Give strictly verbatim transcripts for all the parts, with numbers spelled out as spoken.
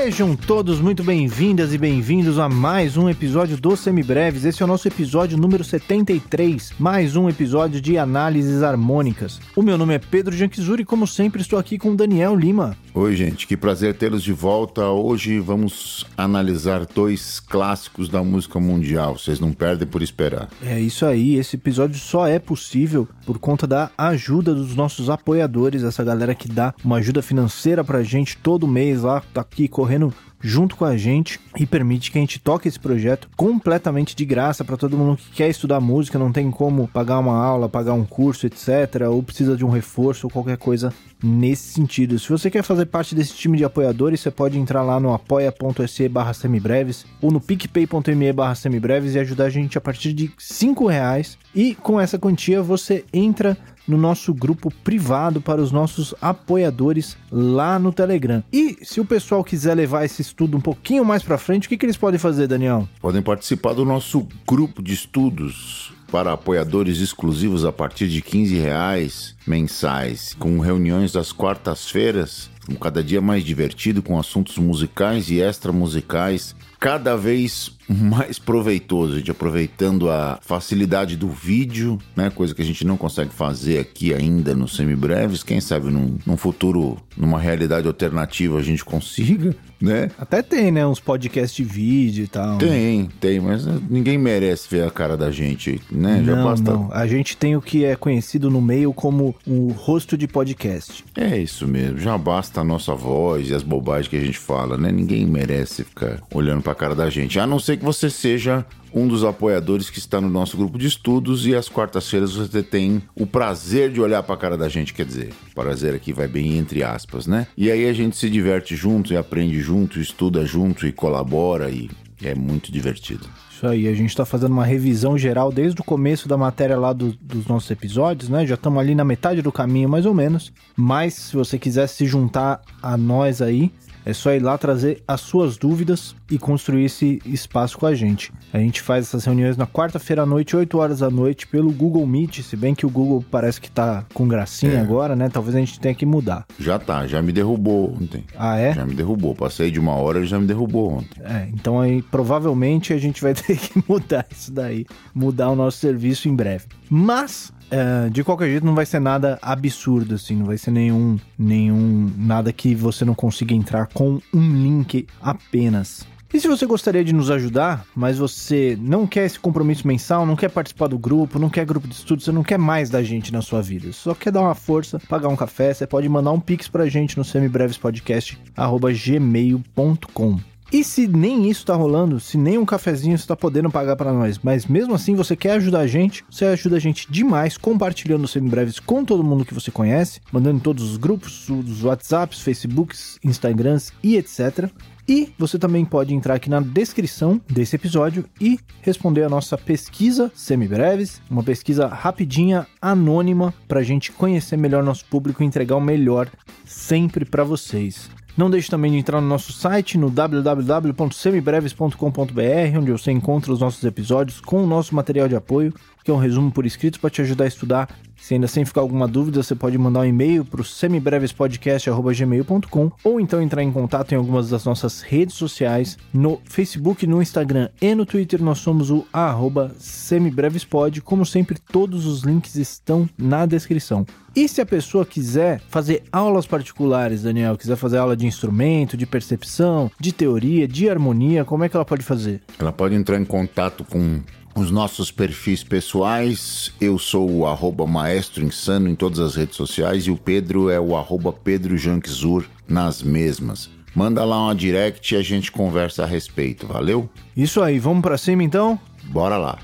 Sejam todos muito bem-vindas e bem-vindos a mais um episódio do Semibreves. Esse é o nosso episódio número setenta e três, mais um episódio de análises harmônicas. O meu nome é Pedro Janquizuri e, como sempre, estou aqui com o Daniel Lima. Oi, gente, que prazer tê-los de volta. Hoje vamos analisar dois clássicos da música mundial. Vocês não perdem por esperar. É isso aí, esse episódio só é possível por conta da ajuda dos nossos apoiadores, essa galera que dá uma ajuda financeira pra gente todo mês lá, tá aqui correndo junto com a gente e permite que a gente toque esse projeto completamente de graça para todo mundo que quer estudar música, não tem como pagar uma aula, pagar um curso, etcétera, ou precisa de um reforço ou qualquer coisa nesse sentido. Se você quer fazer parte desse time de apoiadores, você pode entrar lá no apoia.se barra semibreves ou no picpay.me barra semibreves e ajudar a gente a partir de cinco reais, e com essa quantia você entra no nosso grupo privado para os nossos apoiadores lá no Telegram. E se o pessoal quiser levar esse estudo um pouquinho mais para frente, o que, que eles podem fazer, Daniel? Podem participar do nosso grupo de estudos para apoiadores exclusivos a partir de quinze reais mensais, com reuniões às quartas-feiras, um cada dia mais divertido, com assuntos musicais e extra-musicais, cada vez mais proveitoso, a gente aproveitando a facilidade do vídeo, né, coisa que a gente não consegue fazer aqui ainda no Semibreves. Quem sabe num, num futuro, numa realidade alternativa a gente consiga, né? Até tem, né, uns podcasts de vídeo e tal. Tem, tem, mas ninguém merece ver a cara da gente, né? Já não, basta... não, a gente tem o que é conhecido no meio como o rosto de podcast. É isso mesmo, já basta a nossa voz e as bobagens que a gente fala, né? Ninguém merece ficar olhando pra cara da gente, a não ser que você seja um dos apoiadores que está no nosso grupo de estudos e às quartas-feiras você tem o prazer de olhar para a cara da gente, quer dizer, prazer aqui vai bem entre aspas, né? E aí a gente se diverte junto e aprende junto, estuda junto e colabora e é muito divertido. Isso aí, a gente tá fazendo uma revisão geral desde o começo da matéria lá do, dos nossos episódios, né? Já estamos ali na metade do caminho, mais ou menos. Mas se você quiser se juntar a nós aí, é só ir lá trazer as suas dúvidas e construir esse espaço com a gente. A gente faz essas reuniões na quarta-feira à noite, oito horas da noite, pelo Google Meet, se bem que o Google parece que tá com gracinha é. agora, né? Talvez a gente tenha que mudar. Já tá, já me derrubou ontem. Ah, é? Já me derrubou. Passei de uma hora e já me derrubou ontem. É, então aí provavelmente a gente vai ter que mudar isso daí, mudar o nosso serviço em breve. Mas... Uh, de qualquer jeito não vai ser nada absurdo, assim, não vai ser nenhum, nenhum, nada que você não consiga entrar com um link apenas. E se você gostaria de nos ajudar, mas você não quer esse compromisso mensal, não quer participar do grupo, não quer grupo de estudo, você não quer mais da gente na sua vida, só quer dar uma força, pagar um café, você pode mandar um pix pra gente no semibrevespodcast arroba gmail ponto com. E se nem isso tá rolando, se nem um cafezinho você tá podendo pagar pra nós, mas mesmo assim você quer ajudar a gente, você ajuda a gente demais compartilhando os Semibreves com todo mundo que você conhece, mandando em todos os grupos, os WhatsApps, Facebooks, Instagrams e etcétera. E você também pode entrar aqui na descrição desse episódio e responder a nossa pesquisa Semibreves, uma pesquisa rapidinha, anônima, pra gente conhecer melhor nosso público e entregar o melhor sempre pra vocês. Não deixe também de entrar no nosso site, no w w w ponto semibreves ponto com ponto b r, onde você encontra os nossos episódios com o nosso material de apoio, que é um resumo por escrito para te ajudar a estudar. Se ainda sem ficar alguma dúvida, você pode mandar um e-mail para o semibrevespodcast arroba gmail ponto com ou então entrar em contato em algumas das nossas redes sociais, no Facebook, no Instagram e no Twitter. Nós somos o arroba semibrevespod. Como sempre, todos os links estão na descrição. E se a pessoa quiser fazer aulas particulares, Daniel, quiser fazer aula de instrumento, de percepção, de teoria, de harmonia, como é que ela pode fazer? Ela pode entrar em contato com os nossos perfis pessoais. Eu sou o arroba Maestro Insano em todas as redes sociais e o Pedro é o arroba Pedro Janquizur nas mesmas. Manda lá uma direct e a gente conversa a respeito, valeu? Isso aí, vamos pra cima então? Bora lá!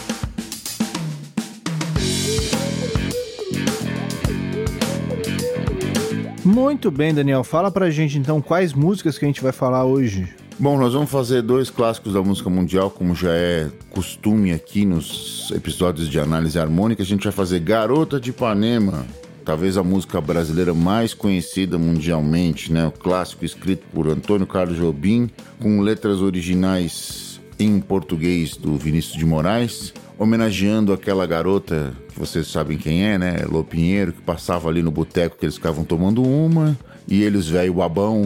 Muito bem, Daniel, fala pra gente então quais músicas que a gente vai falar hoje. Bom, nós vamos fazer dois clássicos da música mundial, como já é costume aqui nos episódios de análise harmônica. A gente vai fazer Garota de Ipanema, talvez a música brasileira mais conhecida mundialmente, né? O clássico escrito por Antônio Carlos Jobim, com letras originais em português do Vinícius de Moraes, homenageando aquela garota que vocês sabem quem é, né? Lô Pinheiro, que passava ali no boteco que eles ficavam tomando uma, e eles, velho babão,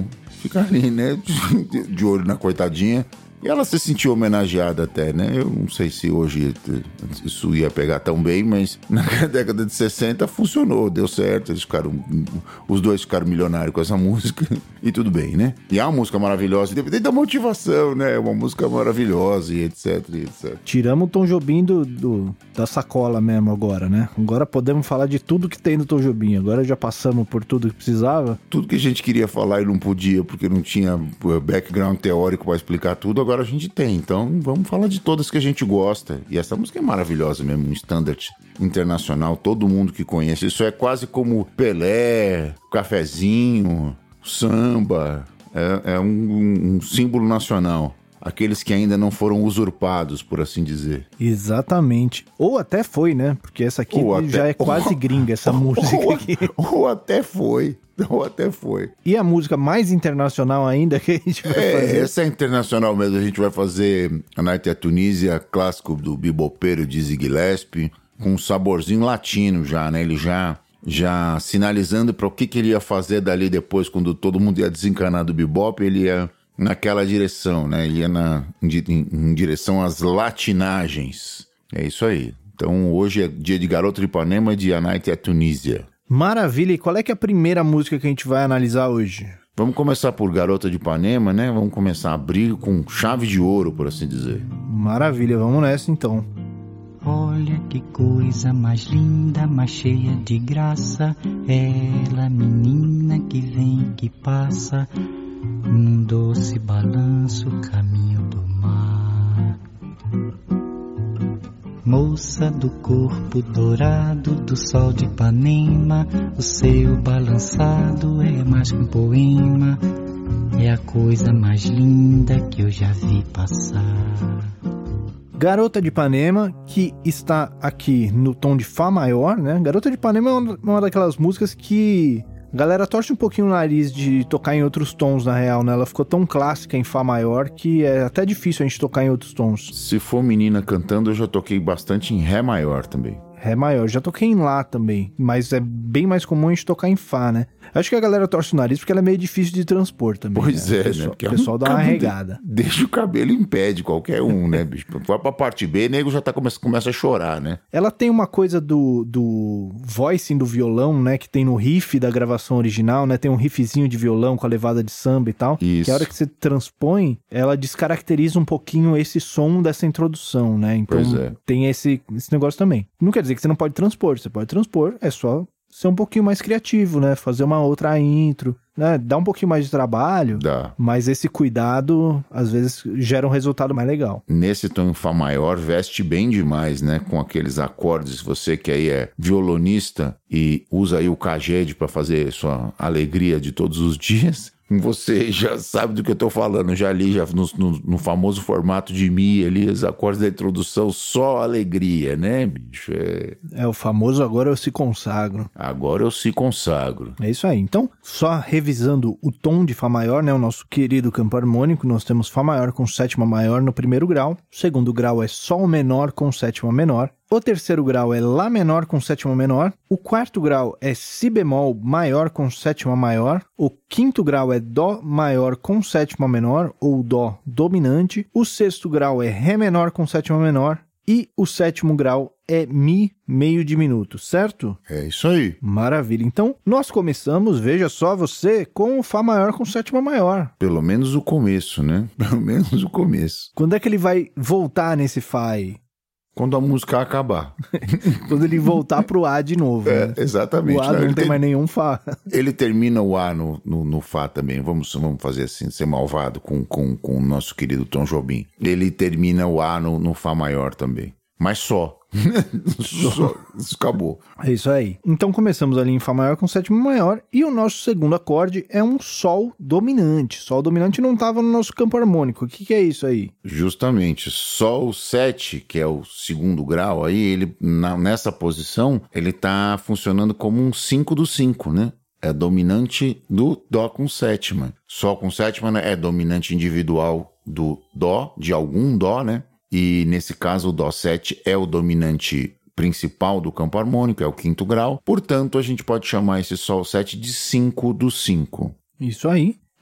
fica ali, né? De olho na coitadinha. E ela se sentiu homenageada até, né? Eu não sei se hoje isso ia pegar tão bem, mas na década de sessenta funcionou, deu certo. Eles ficaram, os dois ficaram milionários com essa música e tudo bem, né? E é uma música maravilhosa, independente da motivação, né? É uma música maravilhosa e etc, e etcétera. Tiramos o Tom Jobim do, do, da sacola mesmo agora, né? Agora podemos falar de tudo que tem no Tom Jobim. Agora já passamos por tudo que precisava. Tudo que a gente queria falar e não podia, porque não tinha background teórico para explicar tudo, agora a gente tem, então vamos falar de todas que a gente gosta. E essa música é maravilhosa mesmo, um standard internacional, todo mundo que conhece. Isso é quase como Pelé, Cafezinho, samba, é, é um, um símbolo nacional. Aqueles que ainda não foram usurpados, por assim dizer. Exatamente. Ou até foi, né? Porque essa aqui ou já até, é quase ou, gringa, essa ou, música ou, aqui. Ou até foi. Ou até foi. E a música mais internacional ainda que a gente vai é, fazer? Essa é internacional mesmo. A gente vai fazer A Night at Tunisia, clássico do bibopeiro Dizzy Gillespie, com um saborzinho latino já, né? Ele já... já sinalizando para o que, que ele ia fazer dali depois, quando todo mundo ia desencanar do bebop, ele ia naquela direção, né? Ele ia na, em, em direção às latinagens. É isso aí. Então hoje é dia de Garota de Ipanema, de A Night at Tunisia. Maravilha. E qual é que é a primeira música que a gente vai analisar hoje? Vamos começar por Garota de Ipanema, né? Vamos começar a abrir com chave de ouro, por assim dizer. Maravilha, vamos nessa então. Olha que coisa mais linda, mais cheia de graça. Ela, menina que vem, que passa, num doce balanço, caminho do mar. Moça do corpo dourado do sol de Ipanema, o seu balançado é mais que um poema. É a coisa mais linda que eu já vi passar. Garota de Ipanema, que está aqui no tom de Fá maior, né? Garota de Ipanema é uma, uma daquelas músicas que a galera torce um pouquinho o nariz de tocar em outros tons, na real, né? Ela ficou tão clássica em Fá maior que é até difícil a gente tocar em outros tons. Se for menina cantando, eu já toquei bastante em Ré maior também. Ré maior, já toquei em Lá também, mas é bem mais comum a gente tocar em Fá, né? Acho que a galera torce o nariz porque ela é meio difícil de transpor também. Pois né? é, o pessoal, né? Porque o pessoal dá uma regada. De, deixa o cabelo em pé de qualquer um, né, bicho? Vai pra parte B, nego já tá, começa, começa a chorar, né? Ela tem uma coisa do, do voicing do violão, né? Que tem no riff da gravação original, né? Tem um riffzinho de violão com a levada de samba e tal. Isso. Que a hora que você transpõe, ela descaracteriza um pouquinho esse som dessa introdução, né? Então Pois é. tem esse, esse negócio também. Não quer dizer que você não pode transpor, você pode transpor, é só ser um pouquinho mais criativo, né? Fazer uma outra intro, né? Dá um pouquinho mais de trabalho, Dá. Mas esse cuidado, às vezes, gera um resultado mais legal. Nesse tom em Fá maior, veste bem demais, né? Com aqueles acordes. Você que aí é violonista e usa aí o cajede para fazer sua alegria de todos os dias, você já sabe do que eu tô falando. Já li já no, no, no famoso formato de Mi ali, os acordes da introdução, só alegria, né, bicho? É, é o famoso agora eu se consagro. Agora eu se consagro. É isso aí. Então, só revisando o tom de Fá maior, né? O nosso querido campo harmônico, nós temos Fá maior com sétima maior no primeiro grau. O segundo grau é Sol menor com sétima menor. O terceiro grau é Lá menor com sétima menor. O quarto grau é Si bemol maior com sétima maior. O quinto grau é Dó maior com sétima menor, ou Dó dominante. O sexto grau é Ré menor com sétima menor. E o sétimo grau é Mi meio diminuto, certo? É isso aí. Maravilha. Então, nós começamos, veja só você, com o Fá maior com sétima maior. Pelo menos o começo, né? Pelo menos o começo. Quando é que ele vai voltar nesse Fá aí? Quando a música acabar. Quando ele voltar pro A de novo. É, né? exatamente. O A não, não tem, tem mais nenhum Fá. Ele termina o A no, no, no Fá também. Vamos, vamos fazer assim, ser malvado com, com, com o nosso querido Tom Jobim. Ele termina o A no, no Fá maior também. Mas só. Só. Isso acabou. É isso aí. Então começamos ali em Fá maior com sétima maior e o nosso segundo acorde é um Sol dominante. Sol dominante não estava no nosso campo harmônico. O que, que é isso aí? Justamente. Sol sete, que é o segundo grau aí, ele na, nessa posição, ele está funcionando como um cinco do cinco, né? É dominante do Dó com sétima. Sol com sétima, né? É dominante individual do Dó, de algum Dó, né? E nesse caso o Dó sete é o dominante principal do campo harmônico, é o quinto grau. Portanto, a gente pode chamar esse Sol sete de cinco do cinco. Isso aí.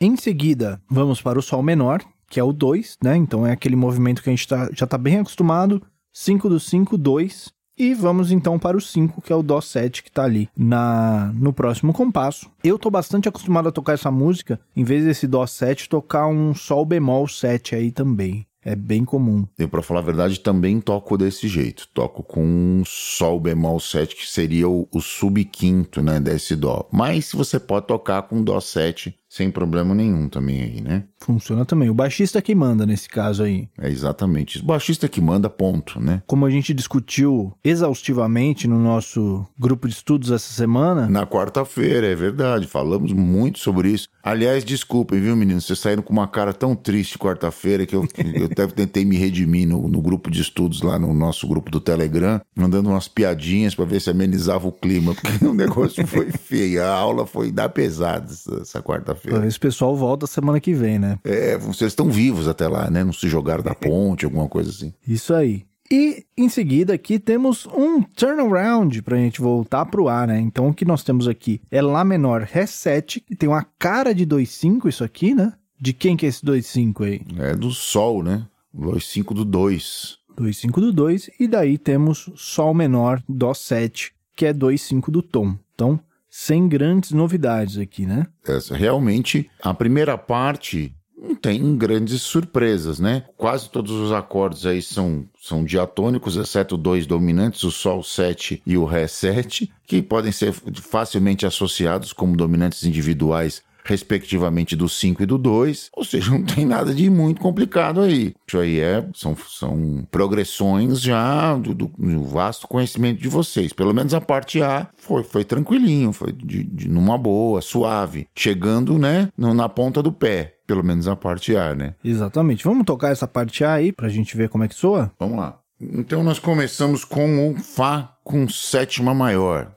Em seguida, vamos para o Sol menor, que é o dois, né? Então é aquele movimento que a gente tá, já está bem acostumado. cinco do cinco, dois. E vamos então para o cinco, que é o Dó sete, que está ali na, no próximo compasso. Eu estou bastante acostumado a tocar essa música, em vez desse Dó sete, tocar um Sol bemol sete aí também. É bem comum. Eu, pra falar a verdade, também toco desse jeito. Toco com um Sol bemol sete, que seria o, o subquinto, né, desse Dó. Mas você pode tocar com Dó sete sem problema nenhum também aí, né? Funciona também. O baixista que manda nesse caso aí. É exatamente. O baixista que manda, ponto, né? Como a gente discutiu exaustivamente no nosso grupo de estudos essa semana... Na quarta-feira, é verdade. Falamos muito sobre isso. Aliás, desculpem, viu, meninos? Vocês saíram com uma cara tão triste quarta-feira que eu, eu até tentei me redimir no, no grupo de estudos lá no nosso grupo do Telegram, mandando umas piadinhas pra ver se amenizava o clima, porque o negócio foi feio. A aula foi dar pesada essa, essa quarta-feira. Esse pessoal volta semana que vem, né? É, vocês estão vivos até lá, né? Não se jogaram da ponte, alguma coisa assim. Isso aí. E em seguida aqui temos um turnaround pra gente voltar pro A, né? Então o que nós temos aqui é Lá menor, Ré sete, que tem uma cara de dois cinco isso aqui, né? De quem que é esse dois cinco aí? É do Sol, né? dois cinco do dois. dois cinco do dois, e daí temos Sol menor, Dó sete, que é dois cinco do tom. Então, sem grandes novidades aqui, né? Essa, realmente, a primeira parte não tem grandes surpresas, né? Quase todos os acordes aí são, são diatônicos, exceto dois dominantes, o Sol sete e o Ré sete, que podem ser facilmente associados como dominantes individuais, respectivamente do cinco e do dois, ou seja, não tem nada de muito complicado aí. Isso aí é, são, são progressões já do, do, do vasto conhecimento de vocês. Pelo menos a parte A foi, foi tranquilinho, foi de, de, numa boa, suave, chegando, né, no, na ponta do pé. Pelo menos a parte A, né? Exatamente. Vamos tocar essa parte A aí pra gente ver como é que soa? Vamos lá. Então nós começamos com o Fá com sétima maior.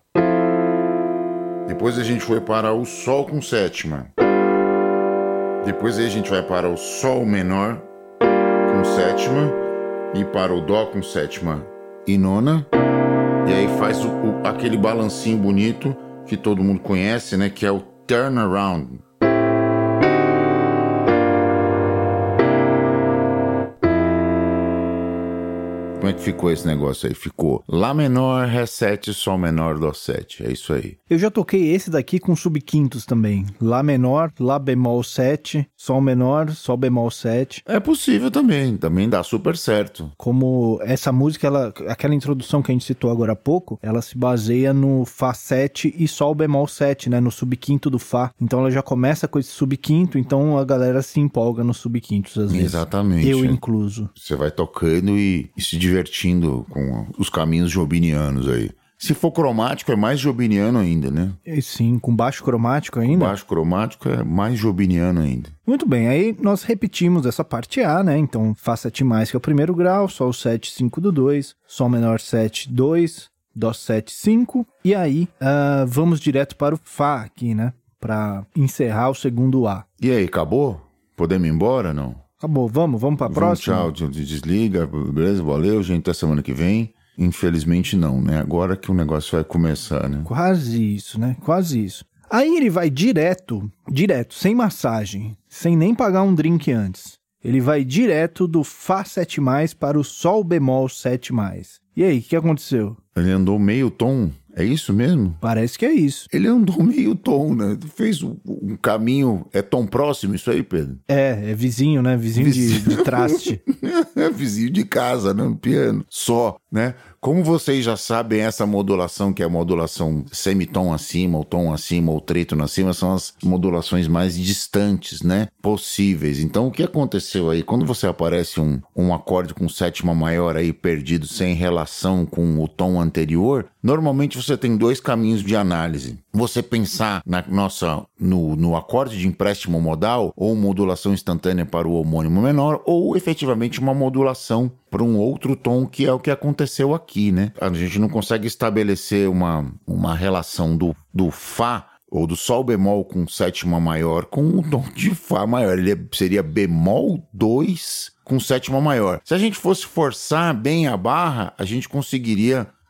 Depois a gente foi para o Sol com sétima. Depois aí a gente vai para o Sol menor com sétima e para o Dó com sétima e nona. E aí faz o, o, aquele balancinho bonito que todo mundo conhece, né? Que é o turnaround. Como é que ficou esse negócio aí? Ficou Lá menor, Ré sete, Sol menor, Dó sete. É isso aí. Eu já toquei esse daqui com subquintos também. Lá menor, Lá bemol sete, Sol menor, Sol bemol sete. É possível também. Também dá super certo. Como essa música, ela, aquela introdução que a gente citou agora há pouco, ela se baseia no Fá sete e Sol bemol sete, né? No subquinto do Fá. Então ela já começa com esse subquinto, então a galera se empolga nos subquintos às vezes. Exatamente. Eu incluso. Você vai tocando e, e se divertindo com os caminhos jobinianos aí. Se for cromático, é mais jobiniano ainda, né? E sim, com baixo cromático ainda. Baixo cromático é mais jobiniano ainda. Muito bem, aí nós repetimos essa parte A, né? Então, Fá sete mais, que é o primeiro grau, Sol sete, cinco do dois, Sol menor sete, dois, Dó sete, cinco, e aí uh, vamos direto para o Fá aqui, né? Para encerrar o segundo A. E aí, acabou? Podemos ir embora, não? Acabou, vamos, vamos para a próxima? Tchau, desliga, beleza, valeu, gente, até semana que vem. Infelizmente não, né? Agora que o negócio vai começar, né? Quase isso, né? Quase isso. Aí ele vai direto, direto, sem massagem, sem nem pagar um drink antes. Ele vai direto do Fá sete mais para o Sol bemol sete mais. E aí, o que aconteceu? Ele andou meio tom, é isso mesmo? Parece que é isso. Ele andou meio tom, né? Fez um, um caminho... É tom próximo isso aí, Pedro? É, é vizinho, né? Vizinho, vizinho. De, de traste. É vizinho de casa, né? No piano. Só, né? Como vocês já sabem, essa modulação, que é a modulação semitom acima, ou tom acima, ou trítono acima, são as modulações mais distantes, né? Possíveis. Então, o que aconteceu aí? Quando você aparece um, um acorde com sétima maior aí perdido, sem relação com o tom anterior, normalmente você tem dois caminhos de análise. Você pensar na nossa, no, no acorde de empréstimo modal, ou modulação instantânea para o homônimo menor, ou efetivamente uma modulação para um outro tom, que é o que aconteceu aqui, né? A gente não consegue estabelecer uma, uma relação do, do Fá ou do Sol bemol com sétima maior com o tom de Fá maior. Ele seria bemol dois com sétima maior. Se a gente fosse forçar bem a barra, a gente conseguiria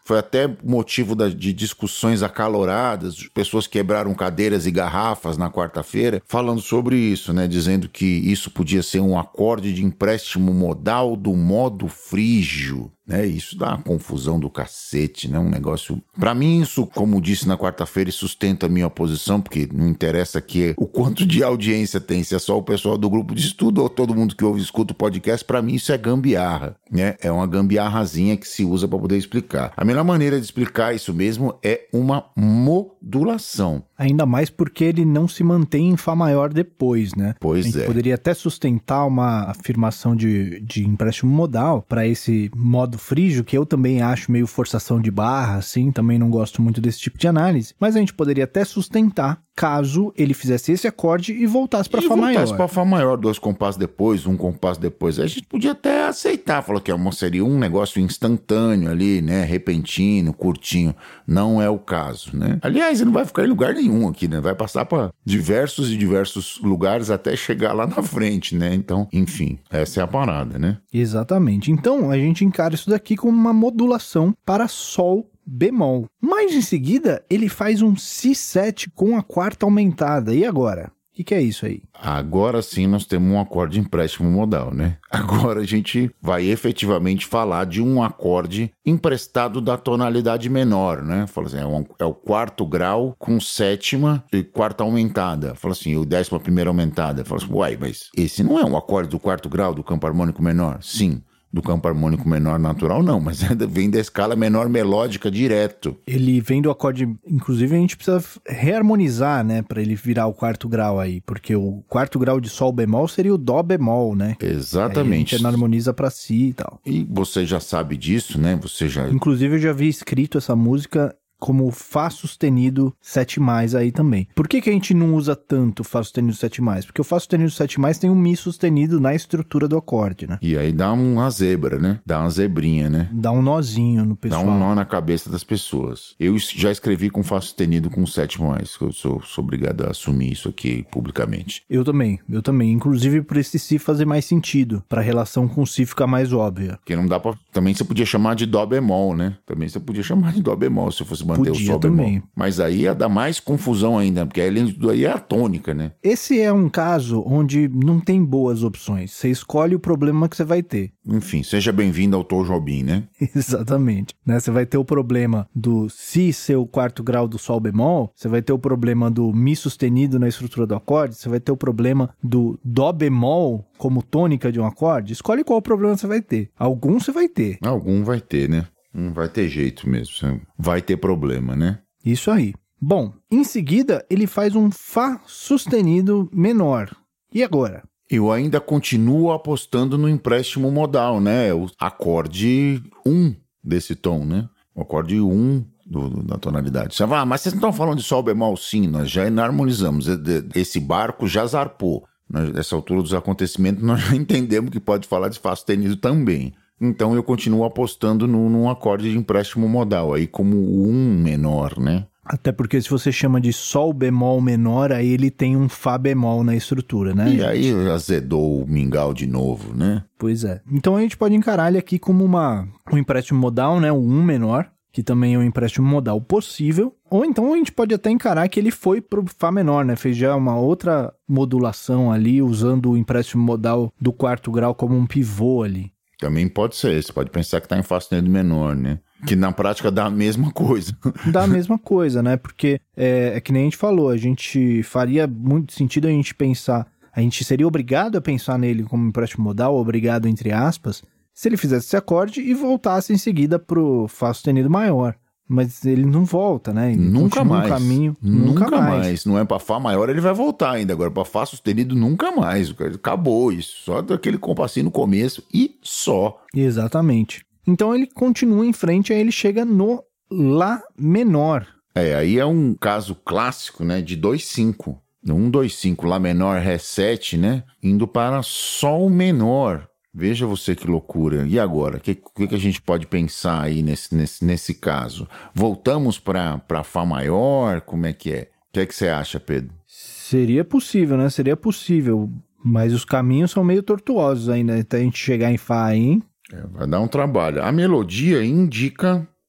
Foi até motivo da, de discussões acaloradas, pessoas quebraram cadeiras e garrafas na quarta-feira, falando sobre isso, né? Dizendo que isso podia ser um acorde de empréstimo modal do modo frígio. É, isso dá uma confusão do cacete, né? Um negócio... Pra mim, isso, como disse na quarta-feira, sustenta a minha posição, porque não interessa aqui o quanto de audiência tem, se é só o pessoal do grupo de estudo ou todo mundo que ouve escuta o podcast, pra mim isso é gambiarra, né? É uma gambiarrazinha que se usa pra poder explicar. A melhor maneira de explicar isso mesmo é uma modulação. Ainda mais porque ele não se mantém em Fá maior depois, né? Pois é. A gente é. poderia até sustentar uma afirmação de, de empréstimo modal para esse modo frígio, que eu também acho meio forçação de barra, assim, também não gosto muito desse tipo de análise, mas a gente poderia até sustentar caso ele fizesse esse acorde e voltasse para Fá maior. E voltasse para Fá maior, dois compassos depois, um compasso depois. A gente podia até aceitar, falou que seria um negócio instantâneo ali, né, repentino, curtinho. Não é o caso, né? Aliás, ele não vai ficar em lugar nenhum aqui, né? Vai passar para diversos e diversos lugares até chegar lá na frente, né? Então, enfim, essa é a parada, né? Exatamente. Então, a gente encara isso daqui como uma modulação para Sol bemol. Mas em seguida, ele faz um Si sete com a quarta aumentada. E agora? O que, que é isso aí? Agora sim nós temos um acorde de empréstimo modal, né? Agora a gente vai efetivamente falar de um acorde emprestado da tonalidade menor, né? Fala assim, é, um, é o quarto grau com sétima e quarta aumentada. Fala assim, o décima primeira aumentada. Fala assim, uai, mas esse não é um acorde do quarto grau do campo harmônico menor? Sim. Do campo harmônico menor natural, não, mas vem da escala menor melódica direto. Ele vem do acorde, inclusive a gente precisa reharmonizar, né, para ele virar o quarto grau aí, porque o quarto grau de Sol bemol seria o Dó bemol, né? Exatamente. Aí a gente harmoniza para si e tal. E você já sabe disso, né? Você já... Inclusive eu já vi escrito essa música como Fá sustenido sete mais aí também. Por que que a gente não usa tanto Fá sustenido sete mais? Porque o Fá sustenido sete mais tem um Mi sustenido na estrutura do acorde, né? E aí dá uma zebra, né? Dá uma zebrinha, né? Dá um nozinho no pessoal. Dá um nó na cabeça das pessoas. Eu já escrevi com Fá sustenido com sete mais, que eu sou, sou obrigado a assumir isso aqui publicamente. Eu também, eu também. Inclusive por esse Si fazer mais sentido, pra relação com o Si ficar mais óbvia. Porque não dá pra... Também você podia chamar de Dó bemol, né? Também você podia chamar de Dó bemol se fosse manter Podia o Sol também. bemol. Mas aí ia dar mais confusão ainda, porque além de tudo aí é a tônica, né? Esse é um caso onde não tem boas opções. Você escolhe o problema que você vai ter. Enfim, seja bem-vindo ao Tom Jobim, né? Exatamente. Né? Você vai ter o problema do Si ser o quarto grau do Sol bemol, você vai ter o problema do Mi sustenido na estrutura do acorde, você vai ter o problema do Dó bemol como tônica de um acorde. Escolhe qual problema você vai ter. Algum você vai ter. Algum vai ter, né? Não vai ter jeito mesmo. Vai ter problema, né? Isso aí. Bom, em seguida ele faz um Fá sustenido menor. E agora? Eu ainda continuo apostando no empréstimo modal, né? O acorde um desse tom, né? O acorde um do, do, da tonalidade. Você fala, ah, mas vocês não estão falando de Sol bemol? Sim, nós já harmonizamos. Esse barco já zarpou. Nessa altura dos acontecimentos, nós já entendemos que pode falar de Fá sustenido também. Então eu continuo apostando no, num acorde de empréstimo modal, aí como o um menor, né? Até porque se você chama de Sol bemol menor, aí ele tem um Fá bemol na estrutura, né? E gente? aí azedou o mingau de novo, né? Pois é. Então a gente pode encarar ele aqui como uma, um empréstimo modal, né? O um menor, que também é um empréstimo modal possível. Ou então a gente pode até encarar que ele foi pro Fá menor, né? Fez já uma outra modulação ali, usando o empréstimo modal do quarto grau como um pivô ali. Também pode ser, você pode pensar que está em Fá sustenido menor, né? Que na prática dá a mesma coisa. Dá a mesma coisa, né? Porque é, é que nem a gente falou, a gente faria muito sentido a gente pensar, a gente seria obrigado a pensar nele como empréstimo modal, obrigado entre aspas, se ele fizesse esse acorde e voltasse em seguida pro Fá sustenido maior. Mas ele não volta, né? Ele nunca mais. Um caminho, nunca, nunca mais. mais. Não é para Fá maior, ele vai voltar ainda. Agora, para Fá sustenido, nunca mais. Acabou isso. Só daquele compassinho no começo e só. Exatamente. Então ele continua em frente, aí ele chega no Lá menor. É, aí é um caso clássico, né? De dois cinco. um, dois, cinco, Lá menor, Ré sete, né? Indo para Sol menor. Veja você que loucura. E agora? O que, que, que a gente pode pensar aí nesse, nesse, nesse caso? Voltamos para Fá maior? Como é que é? O que é que você acha, Pedro? Seria possível, né? Seria possível. Mas os caminhos são meio tortuosos ainda. Até a gente chegar em Fá aí, hein? É, vai dar um trabalho. A melodia indica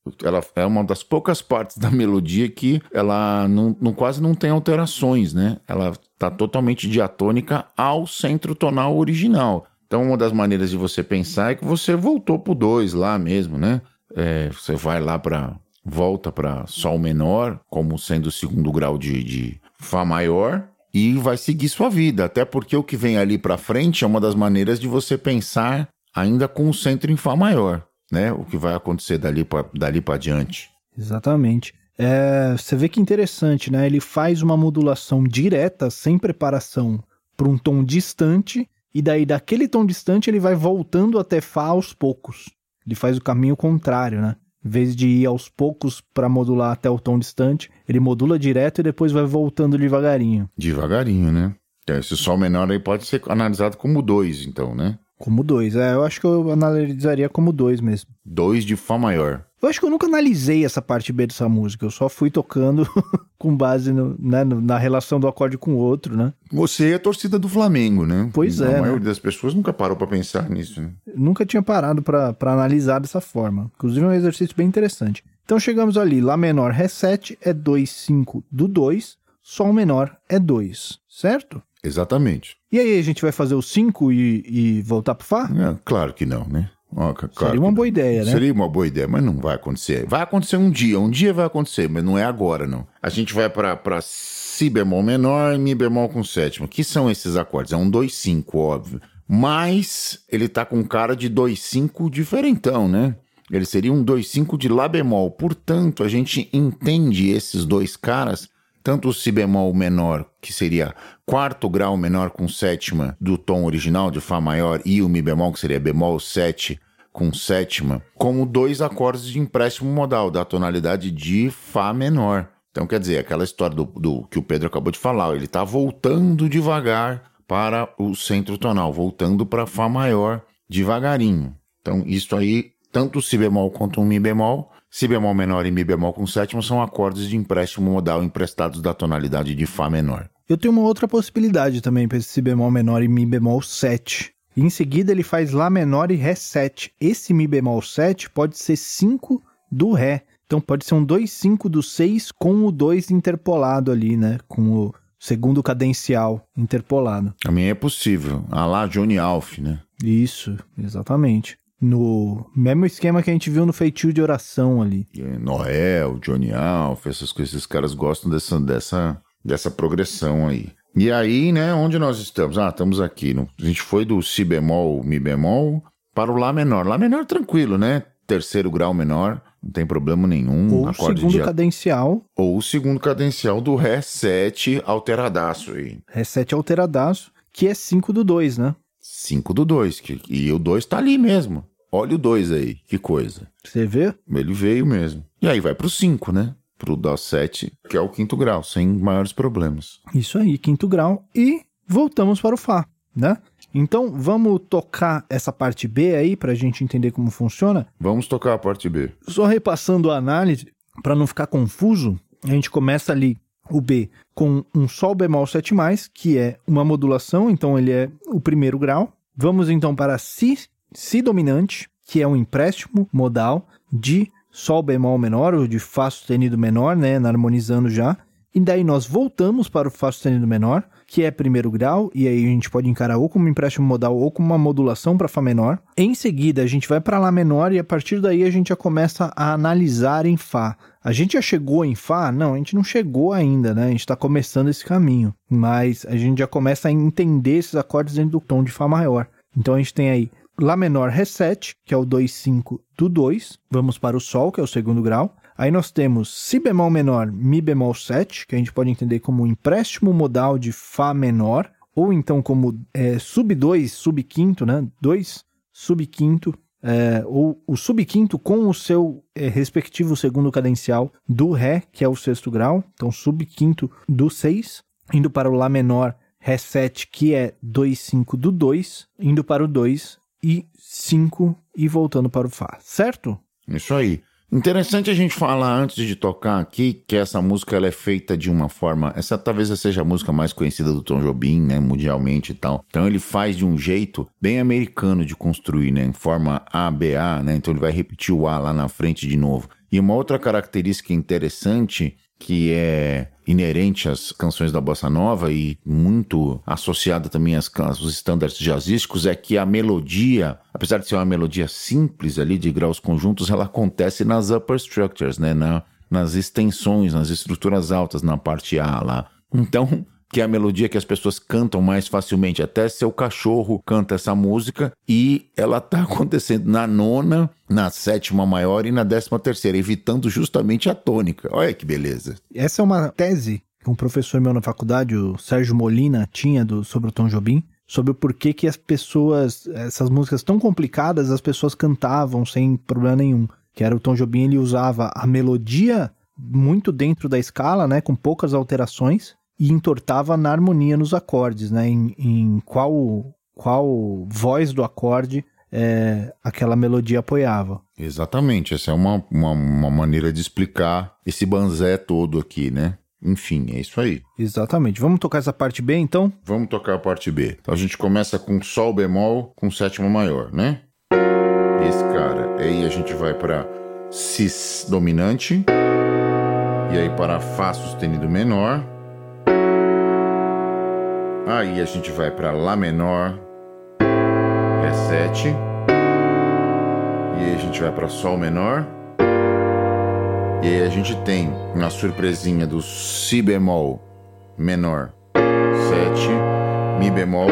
Ela é uma das poucas partes da melodia que ela não, não, quase não tem alterações, né? Ela está totalmente diatônica ao centro tonal original. Então, uma das maneiras de você pensar é que você voltou pro dois lá mesmo, né? É, você vai lá para... volta para Sol menor, como sendo o segundo grau de, de Fá maior, e vai seguir sua vida. Até porque o que vem ali para frente é uma das maneiras de você pensar ainda com o centro em Fá maior, né? O que vai acontecer dali para dali para diante. Exatamente. É, você vê que interessante, né? Ele faz uma modulação direta, sem preparação, para um tom distante, e daí daquele tom distante ele vai voltando até Fá aos poucos. Ele faz o caminho contrário, né? Em vez de ir aos poucos para modular até o tom distante, ele modula direto e depois vai voltando devagarinho. Devagarinho, né? Esse Sol menor aí pode ser analisado como dois, então, né? Como dois, é, eu acho que eu analisaria como dois mesmo. Dois de Fá maior. Eu acho que eu nunca analisei essa parte B dessa música, eu só fui tocando com base no, né, no, na relação do acorde com o outro, né? Você é a torcida do Flamengo, né? Pois a é. A maioria né? das pessoas nunca parou pra pensar nisso, né? Nunca tinha parado pra, pra analisar dessa forma. Inclusive é um exercício bem interessante. Então chegamos ali, Lá menor, Ré sete é dois, cinco do dois, Sol menor é dois, certo? Exatamente. E aí a gente vai fazer o cinco e, e voltar pro Fá? É, claro que não, né? Ó, claro Seria uma boa ideia, né? Seria uma boa ideia, mas não vai acontecer. Vai acontecer um dia, um dia vai acontecer, mas não é agora, não. A gente vai pra, pra Si bemol menor e Mi bemol com sétima. Que são esses acordes? É um dois, cinco, óbvio. Mas ele tá com cara de dois, cinco diferentão, né? Ele seria um dois, cinco de Lá bemol. Portanto, a gente entende esses dois caras, tanto o Si bemol menor, que seria quarto grau menor com sétima do tom original de Fá maior, e o Mi bemol, que seria bemol sete com sétima, como dois acordes de empréstimo modal, da tonalidade de Fá menor. Então, quer dizer, aquela história do, do que o Pedro acabou de falar, ele está voltando devagar para o centro tonal, voltando para Fá maior devagarinho. Então, isso aí, tanto o Si bemol quanto o Mi bemol, Si bemol menor e Mi bemol com sétima são acordes de empréstimo modal emprestados da tonalidade de Fá menor. Eu tenho uma outra possibilidade também para esse Si bemol menor e Mi bemol sete. Em seguida ele faz Lá menor e Ré sete. Esse Mi bemol sete pode ser cinco do Ré. Então pode ser um dois, cinco do seis com o dois interpolado ali, né? Com o segundo cadencial interpolado. Também é possível. Ah lá, Johnny Alf, né? Isso, exatamente. No mesmo esquema que a gente viu no feitio de oração ali. Noel, Johnny Alf, essas coisas, esses caras gostam dessa, dessa, dessa progressão aí. E aí, né, onde nós estamos? Ah, estamos aqui. No, a gente foi do Si bemol, Mi bemol, para o Lá menor. Lá menor tranquilo, né? Terceiro grau menor, não tem problema nenhum. Ou o segundo de... cadencial. Ou o segundo cadencial do Ré sete alteradaço aí. Ré sete alteradaço, que é cinco do dois, né? cinco do dois, que, e o dois tá ali mesmo. Olha o dois aí, que coisa. Você vê? Ele veio mesmo. E aí vai pro cinco, né? Pro Dó sete, que é o quinto grau, sem maiores problemas. Isso aí, quinto grau. E voltamos para o Fá, né? Então, vamos tocar essa parte B aí, pra gente entender como funciona? Vamos tocar a parte B. Só repassando a análise, para não ficar confuso, a gente começa ali o B com um Sol bemol sete mais, que é uma modulação, então ele é o primeiro grau. Vamos então para Si, Si dominante, que é um empréstimo modal de Sol bemol menor, ou de Fá sustenido menor, né, harmonizando já. E daí nós voltamos para o Fá sustenido menor, que é primeiro grau, e aí a gente pode encarar ou como empréstimo modal ou como uma modulação para Fá menor. Em seguida, a gente vai para Lá menor e a partir daí a gente já começa a analisar em Fá. A gente já chegou em Fá? Não, a gente não chegou ainda, né? A gente está começando esse caminho, mas a gente já começa a entender esses acordes dentro do tom de Fá maior. Então a gente tem aí Lá menor, Ré sete, que é o dois, cinco do dois. Vamos para o Sol, que é o segundo grau. Aí nós temos Si bemol menor, Mi bemol sete, que a gente pode entender como um empréstimo modal de Fá menor, ou então como é, sub dois, sub quinto, né? dois, sub quinto, é, ou o sub quinto com o seu é, respectivo segundo cadencial do Ré, que é o sexto grau. Então sub quinto do seis, indo para o Lá menor, Ré sete, que é dois, cinco do dois, indo para o dois e cinco e voltando para o Fá, certo? Isso aí. Interessante a gente falar antes de tocar aqui que essa música ela é feita de uma forma... Essa talvez seja a música mais conhecida do Tom Jobim, né, mundialmente e tal. Então ele faz de um jeito bem americano de construir, né, em forma A, B, A, né, então ele vai repetir o A lá na frente de novo. E uma outra característica interessante que é inerente às canções da Bossa Nova e muito associada também às, aos estándares jazzísticos é que a melodia, apesar de ser uma melodia simples ali de graus conjuntos, ela acontece nas upper structures, né? Na, nas extensões, nas estruturas altas, na parte A lá. Então, que é a melodia que as pessoas cantam mais facilmente. Até seu cachorro canta essa música e ela está acontecendo na nona, na sétima maior e na décima terceira, evitando justamente a tônica. Olha que beleza. Essa é uma tese que um professor meu na faculdade, o Sérgio Molina, tinha do, sobre o Tom Jobim, sobre o porquê que as pessoas, essas músicas tão complicadas, as pessoas cantavam sem problema nenhum. Que era o Tom Jobim, ele usava a melodia muito dentro da escala, né, com poucas alterações, e entortava na harmonia nos acordes, né? Em, em qual, qual voz do acorde é, aquela melodia apoiava. Exatamente, essa é uma, uma, uma maneira de explicar esse banzé todo aqui, né? Enfim, é isso aí. Exatamente. Vamos tocar essa parte B, então? Vamos tocar a parte B. Então a gente começa com Sol bemol com sétima maior, né? Esse cara. Aí a gente vai para Si dominante. E aí para Fá sustenido menor. Aí a gente vai para Lá menor, Ré sete. E aí a gente vai para Sol menor. E aí a gente tem uma surpresinha do Si bemol menor sete, Mi bemol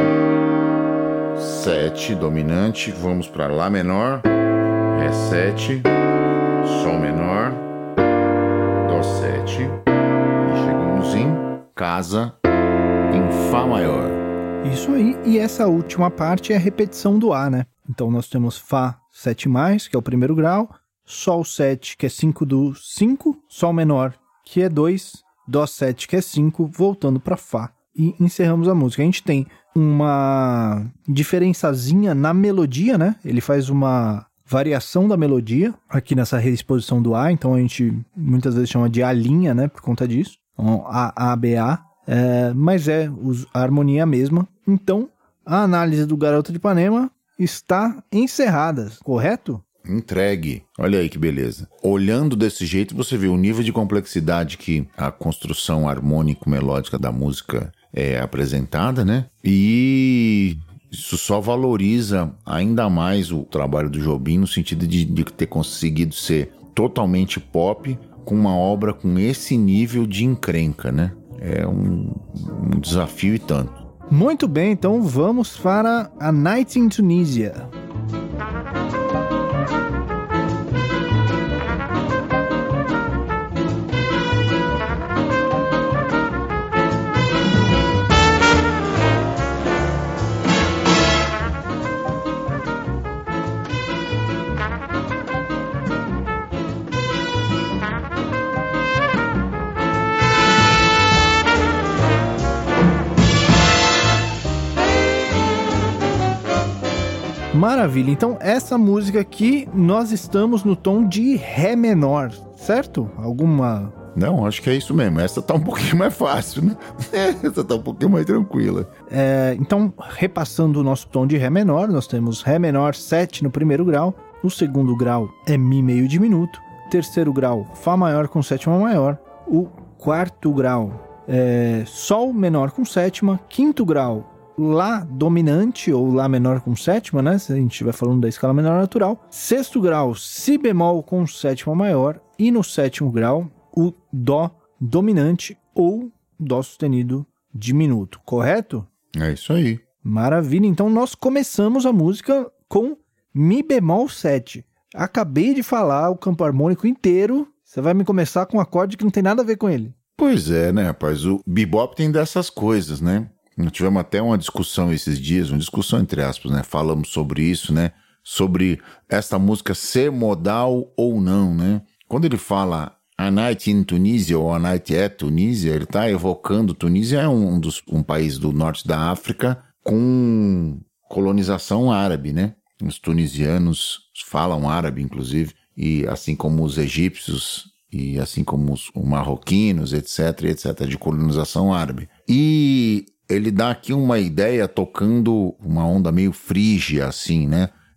sete dominante. Vamos para Lá menor, Ré sete, Sol menor, Dó sete. E chegamos em Casa em Fá maior. Isso aí, e essa última parte é a repetição do A, né? Então nós temos Fá sete mais, que é o primeiro grau, Sol sete, que é cinco do cinco, Sol menor, que é dois, Dó sete, que é cinco, voltando para Fá. E encerramos a música. A gente tem uma diferençazinha na melodia, né? Ele faz uma variação da melodia aqui nessa reexposição do A, então a gente muitas vezes chama de A', né? Por conta disso. Então, A, A, B, A. É, mas é a harmonia mesma. Então, a análise do Garoto de Ipanema está encerrada, correto? Entregue. Olha aí que beleza. Olhando desse jeito, você vê o nível de complexidade que a construção harmônico-melódica da música é apresentada, né? E isso só valoriza ainda mais o trabalho do Jobim no sentido de, de ter conseguido ser totalmente pop com uma obra com esse nível de encrenca, né? É um, um desafio e tanto. Muito bem, então vamos para A Night in Tunisia. Maravilha, então essa música aqui nós estamos no tom de Ré menor, certo? Alguma... Não, acho que é isso mesmo, essa tá um pouquinho mais fácil, né? Essa tá um pouquinho mais tranquila. É, então, repassando o nosso tom de Ré menor, nós temos Ré menor sete no primeiro grau, o segundo grau é Mi meio diminuto, terceiro grau Fá maior com sétima maior, o quarto grau é Sol menor com sétima, quinto grau Lá dominante ou Lá menor com sétima, né? Se a gente estiver falando da escala menor natural. Sexto grau, Si bemol com sétima maior. E no sétimo grau, o Dó dominante ou Dó sustenido diminuto, correto? É isso aí. Maravilha, então nós começamos a música com Mi bemol sete. Acabei de falar o campo harmônico inteiro, você vai me começar com um acorde que não tem nada a ver com ele. Pois é, né, rapaz? O bebop tem dessas coisas, né? Nós tivemos até uma discussão esses dias, uma discussão entre aspas, né? Falamos sobre isso, né? Sobre essa música ser modal ou não, né? Quando ele fala A Night in Tunisia ou A Night at Tunisia, ele está evocando... Tunísia é um, dos, um país do norte da África com colonização árabe, né? Os tunisianos falam árabe, inclusive, e assim como os egípcios e assim como os, os marroquinos, etc, etc, de colonização árabe. E ele dá aqui uma ideia tocando uma onda meio frígia, assim, né?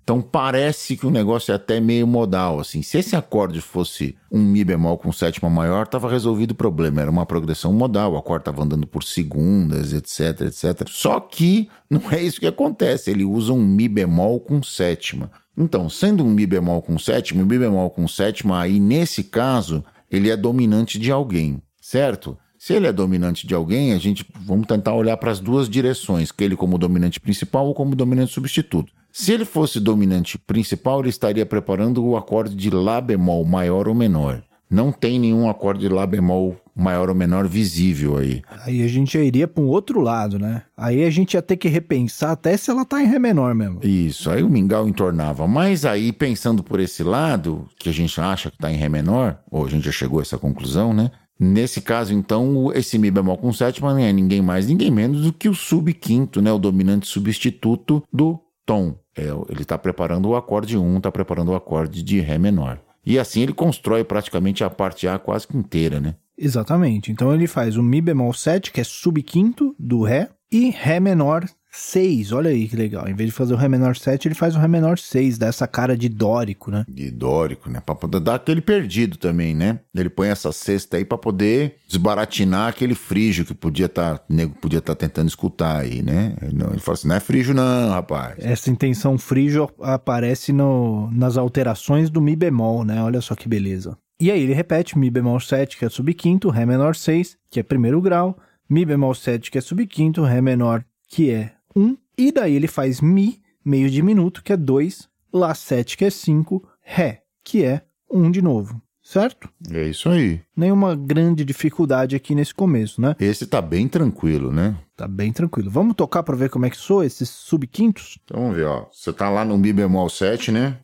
Então parece que o negócio é até meio modal, assim. Se esse acorde fosse um Mi bemol com sétima maior, estava resolvido o problema. Era uma progressão modal, o acorde estava andando por segundas, etc, etcétera. Só que não é isso que acontece, ele usa um Mi bemol com sétima. Então, sendo um Mi bemol com sétima, o Mi bemol com sétima, aí nesse caso, ele é dominante de alguém, certo? Se ele é dominante de alguém, a gente vamos tentar olhar para as duas direções, que ele como dominante principal ou como dominante substituto. Se ele fosse dominante principal, ele estaria preparando o acorde de Lá bemol maior ou menor. Não tem nenhum acorde de Lá bemol maior ou menor visível aí. Aí a gente já iria para um outro lado, né? Aí a gente ia ter que repensar até se ela tá em Ré menor mesmo. Isso, aí o mingau entornava. Mas aí, pensando por esse lado, que a gente acha que tá em Ré menor, ou a gente já chegou a essa conclusão, né? Nesse caso, então, esse Mi bemol com sétima não é ninguém mais, ninguém menos do que o subquinto, né? O dominante substituto do tom. É, ele está preparando o acorde um, está preparando o acorde de Ré menor. E assim ele constrói praticamente a parte A quase que inteira, né? Exatamente. Então ele faz o Mi bemol sete, que é subquinto do Ré, e Ré menor seis. Olha aí que legal. Em vez de fazer o Ré menor sete, ele faz o Ré menor seis, dá essa cara de dórico, né? De dórico, né? Pra poder dar aquele perdido também, né? Ele põe essa sexta aí pra poder desbaratinar aquele frígio que podia estar, tá, o nego podia estar tá tentando escutar aí, né? Ele, não, ele fala assim, não é frígio não, rapaz. Essa intenção frígio aparece no, nas alterações do Mi bemol, né? Olha só que beleza. E aí ele repete Mi bemol sete, que é subquinto, Ré menor seis, que é primeiro grau, Mi bemol sete, que é subquinto, Ré menor, que é um, e daí ele faz Mi, meio diminuto, que é dois, Lá sete, que é cinco, Ré, que é um de novo, certo? É isso aí. Nenhuma grande dificuldade aqui nesse começo, né? Esse tá bem tranquilo, né? Tá bem tranquilo. Vamos tocar para ver como é que soa esses subquintos? Então vamos ver, ó. Você tá lá no Mi bemol sete, né?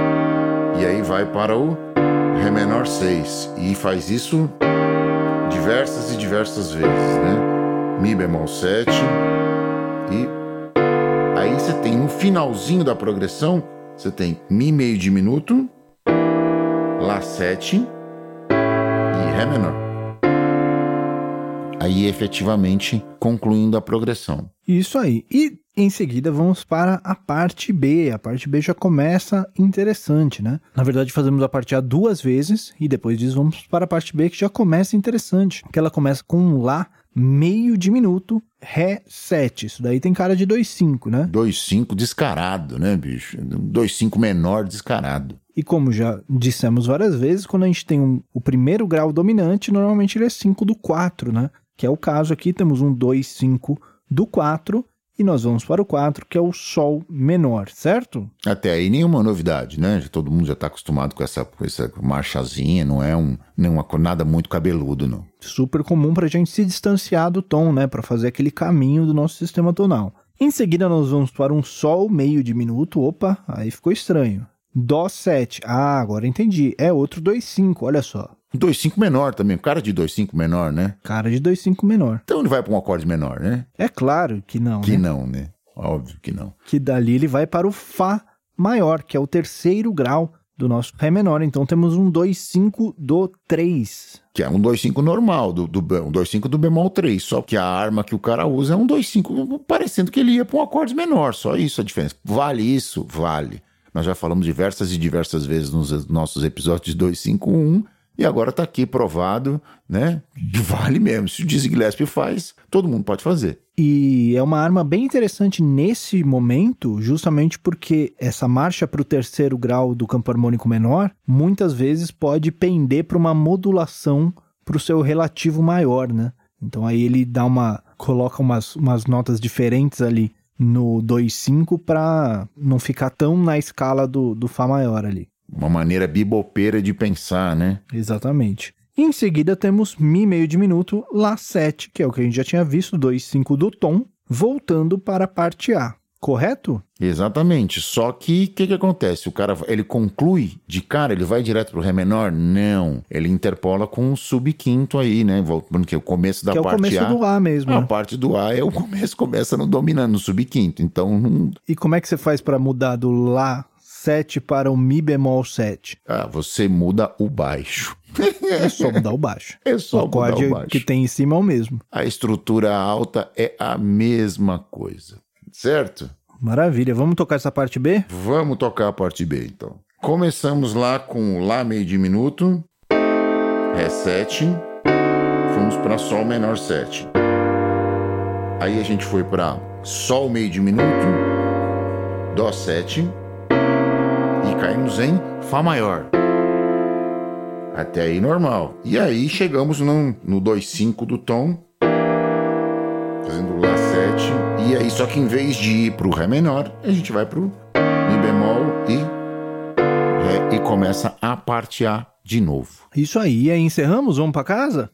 E aí vai para o Ré menor seis. E faz isso diversas e diversas vezes, né? Mi bemol sete. E aí você tem no finalzinho da progressão, você tem Mi meio diminuto, Lá sete e Ré menor. Aí efetivamente concluindo a progressão. Isso aí. E em seguida vamos para a parte B. A parte B já começa interessante, né? Na verdade fazemos a parte A duas vezes e depois disso vamos para a parte B que já começa interessante. Que ela começa com um Lá meio diminuto, Ré sete. Isso daí tem cara de dois cinco, né? dois cinco descarado, né, bicho? dois cinco menor descarado. E como já dissemos várias vezes, quando a gente tem um, o primeiro grau dominante, normalmente ele é cinco do quatro, né? Que é o caso aqui, temos um dois cinco do quatro, e nós vamos para o quatro, que é o Sol menor, certo? Até aí nenhuma novidade, né? Todo mundo já está acostumado com essa, com essa marchazinha, não é um, nenhuma, nada muito cabeludo, não. Super comum para a gente se distanciar do tom, né? Para fazer aquele caminho do nosso sistema tonal. Em seguida nós vamos para um Sol meio diminuto, opa, aí ficou estranho. Dó sete, ah, agora entendi, é outro dois cinco, olha só. dois cinco menor também, cara de dois cinco menor, né? Cara de dois cinco menor. Então ele vai para um acorde menor, né? É claro que não, Que né? não, né? Óbvio que não. Que dali ele vai para o Fá maior, que é o terceiro grau do nosso Ré menor. Então temos um dois cinco do três. Que é um dois cinco normal, do, do, um dois cinco do bemol três, só que a arma que o cara usa é um dois cinco, parecendo que ele ia para um acorde menor, só isso a diferença. Vale isso? Vale. Nós já falamos diversas e diversas vezes nos nossos episódios de dois cinco um, e agora está aqui provado, né? Que vale mesmo. Se o Dizzy Gillespie faz, todo mundo pode fazer. E é uma arma bem interessante nesse momento, justamente porque essa marcha para o terceiro grau do campo harmônico menor, muitas vezes pode pender para uma modulação para o seu relativo maior, né? Então aí ele dá uma, coloca umas, umas notas diferentes ali no dois cinco para não ficar tão na escala do, do Fá maior ali. Uma maneira bibopeira de pensar, né? Exatamente. E em seguida temos Mi meio diminuto, Lá sete, que é o que a gente já tinha visto, dois cinco do tom, voltando para a parte A, correto? Exatamente, só que o que, que acontece? O cara, ele conclui de cara, ele vai direto pro Ré menor? Não, ele interpola com um subquinto aí, né? Porque o começo da que parte A... é o começo A, do A mesmo. A né? parte do A é o começo, começa no dominando, no subquinto, então... Não... E como é que você faz para mudar do Lá sete para o Mi bemol sete? Ah, você muda o baixo. É só mudar o baixo. É só o mudar acorde o baixo. que tem em cima é o mesmo. A estrutura alta é a mesma coisa, certo? Maravilha. Vamos tocar essa parte B? Vamos tocar a parte B, então. Começamos lá com Lá meio diminuto, Ré sete, fomos para Sol menor sete. Aí a gente foi para Sol meio diminuto, Dó sete e caímos em Fá maior. Até aí normal. E aí chegamos no, no dois cinco do tom, fazendo Lá sete. E aí só que em vez de ir pro Ré menor, a gente vai pro Mi bemol e Ré e começa a parte A de novo. Isso aí. E aí encerramos? Vamos pra casa?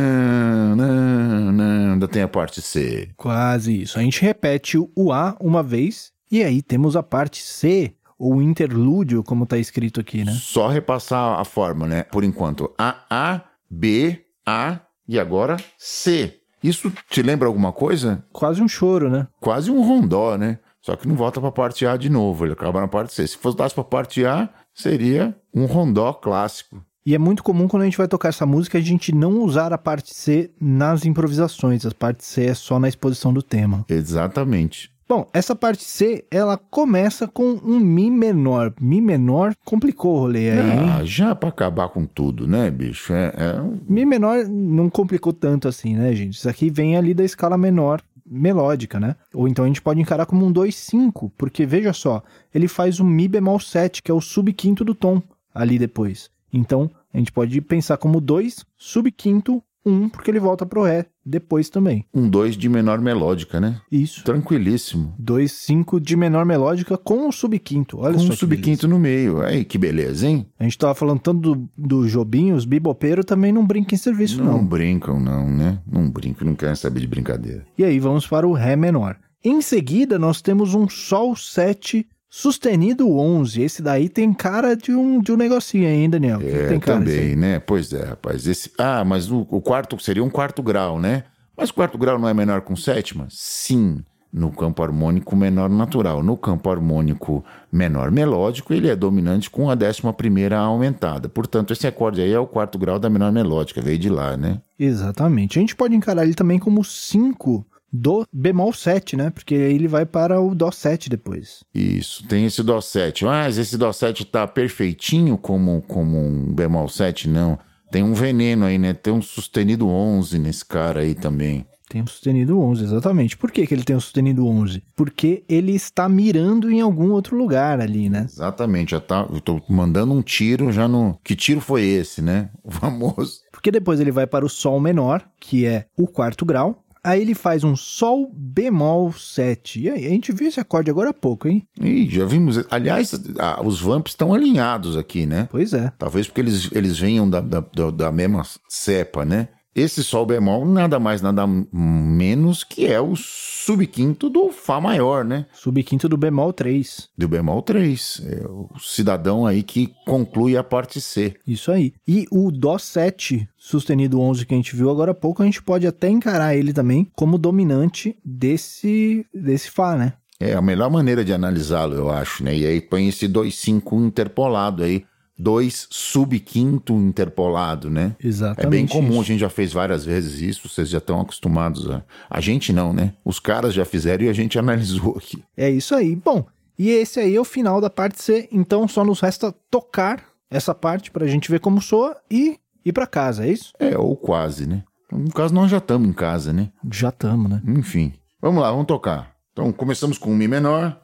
Não, não, não. Ainda tem a parte C. Quase isso. A gente repete o A uma vez e aí temos a parte C, ou interlúdio, como tá escrito aqui, né? Só repassar a forma, né? Por enquanto, A, A, B, A e agora C. Isso te lembra alguma coisa? Quase um choro, né? Quase um rondó, né? Só que não volta pra parte A de novo, ele acaba na parte C. Se fosse dar pra parte A, seria um rondó clássico. E é muito comum quando a gente vai tocar essa música a gente não usar a parte C nas improvisações. A parte C é só na exposição do tema. Exatamente. Bom, essa parte C, ela começa com um Mi menor. Mi menor complicou o rolê aí, hein? Ah, já pra acabar com tudo, né, bicho? É, é... Mi menor não complicou tanto assim, né, gente? Isso aqui vem ali da escala menor melódica, né? Ou então a gente pode encarar como um dois cinco, porque veja só, ele faz um Mi bemol sete, que é o subquinto do tom, ali depois. Então, a gente pode pensar como dois, subquinto, um, porque ele volta pro Ré depois também. Um dois de menor melódica, né? Isso. Tranquilíssimo. dois cinco de menor melódica com o subquinto. Olha com só. Com o subquinto no meio. Aí, que beleza, hein? A gente tava falando tanto do, do Jobim, os bibopeiros também não brincam em serviço, não. Não brincam, não, né? Não brincam, não querem saber de brincadeira. E aí, vamos para o Ré menor. Em seguida, nós temos um Sol sete sustenido onze. Esse daí tem cara de um, de um negocinho aí, hein, Daniel? É, tem cara também, assim? né? Pois é, rapaz. Esse... Ah, mas o, o quarto seria um quarto grau, né? Mas o quarto grau não é menor com sétima? Sim, no campo harmônico menor natural. No campo harmônico menor melódico, ele é dominante com a décima primeira aumentada. Portanto, esse acorde aí é o quarto grau da menor melódica, veio de lá, né? Exatamente. A gente pode encarar ele também como cinco do bemol sete, né? Porque aí ele vai para o Dó sete depois. Isso, tem esse Dó sete. Mas esse Dó sete tá perfeitinho como, como um bemol sete? Não. Tem um veneno aí, né? Tem um sustenido onze nesse cara aí também. Tem um sustenido onze, exatamente. Por que que ele tem um sustenido onze? Porque ele está mirando em algum outro lugar ali, né? Exatamente. Já tá, eu tô mandando um tiro já no... Que tiro foi esse, né? O famoso. Porque depois ele vai para o Sol menor, que é o quarto grau. Aí ele faz um Sol bemol sete. E aí, a gente viu esse acorde agora há pouco, hein? Ih, já vimos. Aliás, ah, os vamps estão alinhados aqui, né? Pois é. Talvez porque eles, eles venham da, da, da mesma cepa, né? Esse Sol bemol nada mais, nada menos que é o subquinto do Fá maior, né? Subquinto do bemol três. Do bemol três. É o cidadão aí que conclui a parte C. Isso aí. E o Dó sete sustenido onze que a gente viu agora há pouco, a gente pode até encarar ele também como dominante desse, desse Fá, né? É a melhor maneira de analisá-lo, eu acho, né? E aí põe esse dois cinco interpolado aí. dois subquinto interpolado, né? Exatamente. É bem comum, isso. A gente já fez várias vezes isso, vocês já estão acostumados a... A gente não, né? Os caras já fizeram e a gente analisou aqui. É isso aí. Bom, e esse aí é o final da parte C, então só nos resta tocar essa parte pra gente ver como soa e ir pra casa, é isso? É, ou quase, né? No caso, nós já estamos em casa, né? Já estamos, né? Enfim. Vamos lá, vamos tocar. Então, começamos com o Mi menor,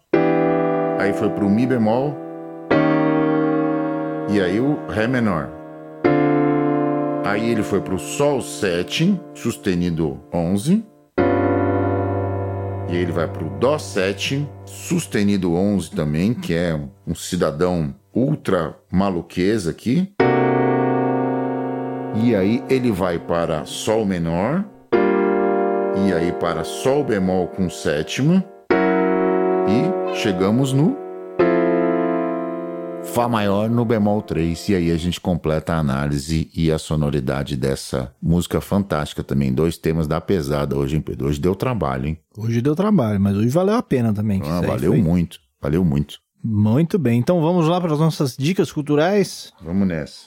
aí foi pro Mi bemol, e aí o Ré menor. Aí ele foi pro Sol sete, sustenido onze. E aí ele vai pro Dó sete, sustenido onze também, que é um cidadão ultra maluqueza aqui. E aí ele vai para Sol menor. E aí para Sol bemol com sétima. E chegamos no Fá maior no bemol três. E aí a gente completa a análise e a sonoridade dessa música fantástica também. Dois temas da pesada hoje, hein, Pedro? Hoje deu trabalho, hein? Hoje deu trabalho, mas hoje valeu a pena também. Ah, valeu foi... muito, valeu muito. Muito bem, então vamos lá para as nossas dicas culturais? Vamos nessa.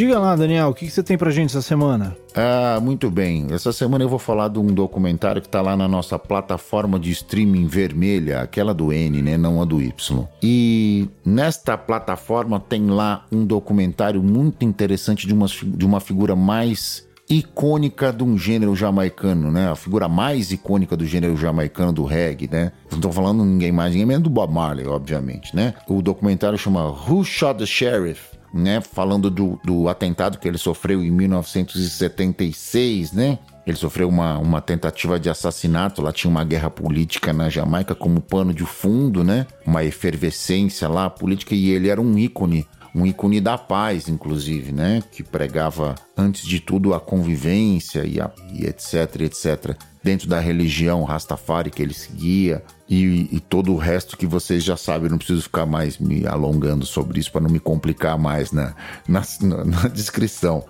Diga lá, Daniel, o que, que você tem pra gente essa semana? Ah, muito bem. Essa semana eu vou falar de um documentário que tá lá na nossa plataforma de streaming vermelha, aquela do N, né? Não a do Y. E nesta plataforma tem lá um documentário muito interessante de uma, de uma figura mais icônica de um gênero jamaicano, né? A figura mais icônica do gênero jamaicano do reggae, né? Não tô falando ninguém mais, ninguém menos do Bob Marley, obviamente, né? O documentário chama Who Shot the Sheriff? Né, falando do, do atentado que ele sofreu em mil novecentos e setenta e seis, né? Ele sofreu uma, uma tentativa de assassinato, lá tinha uma guerra política na Jamaica como pano de fundo, né? Uma efervescência lá política, e ele era um ícone, um ícone da paz, inclusive, né? Que pregava, antes de tudo, a convivência e, a, e etc, etcétera. Dentro da religião Rastafari que ele seguia e, e todo o resto que vocês já sabem, não preciso ficar mais me alongando sobre isso para não me complicar mais na, na, na descrição.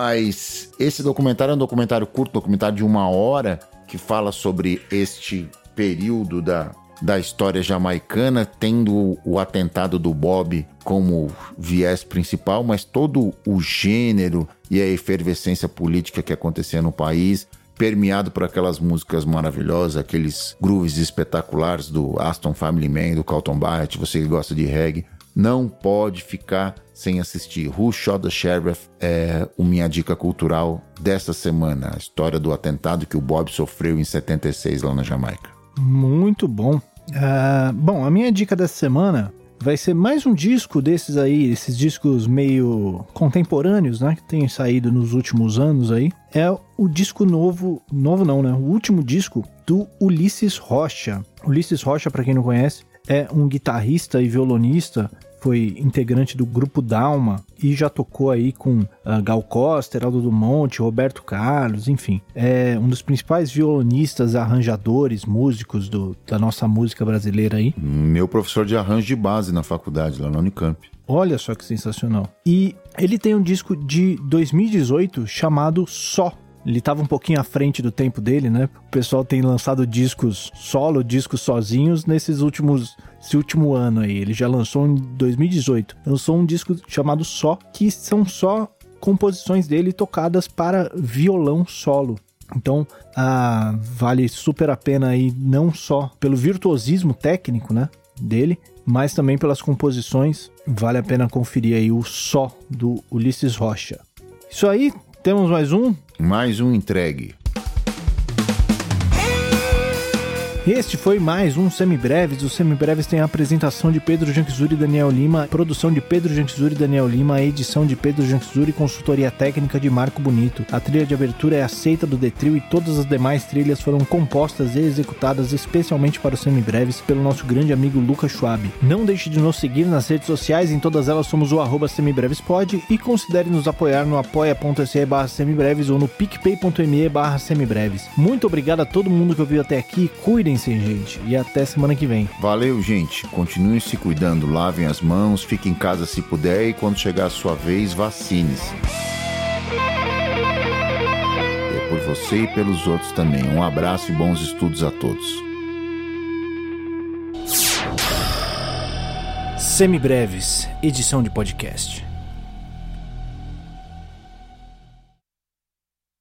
Mas esse documentário é um documentário curto, documentário de uma hora, que fala sobre este período da, da história jamaicana, tendo o atentado do Bob como viés principal, mas todo o gênero e a efervescência política que acontecia no país, permeado por aquelas músicas maravilhosas, aqueles grooves espetaculares do Aston Family Man, do Carlton Barrett. Você que gosta de reggae, não pode ficar sem assistir. Who Shot the Sheriff é a minha dica cultural desta semana, a história do atentado que o Bob sofreu em setenta e seis lá na Jamaica. Muito bom. Uh, bom, a minha dica dessa semana vai ser mais um disco desses aí, esses discos meio contemporâneos, né, que tem saído nos últimos anos aí. É o disco novo, novo não, né, o último disco do Ulisses Rocha. Ulisses Rocha, para quem não conhece, é um guitarrista e violonista, foi integrante do grupo Dalma e já tocou aí com uh, Gal Costa, Heraldo do Monte, Roberto Carlos, enfim. É um dos principais violonistas, arranjadores, músicos do, da nossa música brasileira aí. Meu professor de arranjo de base na faculdade, lá na Unicamp. Olha só que sensacional. E ele tem um disco de dois mil e dezoito chamado Só. Ele estava um pouquinho à frente do tempo dele, né? O pessoal tem lançado discos solo, discos sozinhos nesses últimos, esse último ano aí. Ele já lançou em dois mil e dezoito. Lançou um disco chamado Só, que são só composições dele tocadas para violão solo. Então, ah, vale super a pena aí, não só pelo virtuosismo técnico, né, dele, mas também pelas composições. Vale a pena conferir aí o Só do Ulisses Rocha. Isso aí, temos mais um. Mais um entregue. Este foi mais um Semibreves. Os Semibreves tem a apresentação de Pedro Janquizuri e Daniel Lima, produção de Pedro Janquizuri e Daniel Lima, a edição de Pedro Janquizuri e consultoria técnica de Marco Bonito. A trilha de abertura é aceita do Detril e todas as demais trilhas foram compostas e executadas especialmente para os Semibreves pelo nosso grande amigo Lucas Schwab. Não deixe de nos seguir nas redes sociais, em todas elas somos o arroba semibrevespod, e considere nos apoiar no apoia.se barra semibreves ou no picpay.me barra semibreves. Muito obrigado a todo mundo que ouviu até aqui, cuidem gente, e até semana que vem. Valeu, gente. Continuem se cuidando, lavem as mãos, fiquem em casa se puder e quando chegar a sua vez, vacine-se. É por você e pelos outros também. Um abraço e bons estudos a todos. Semibreves, edição de podcast.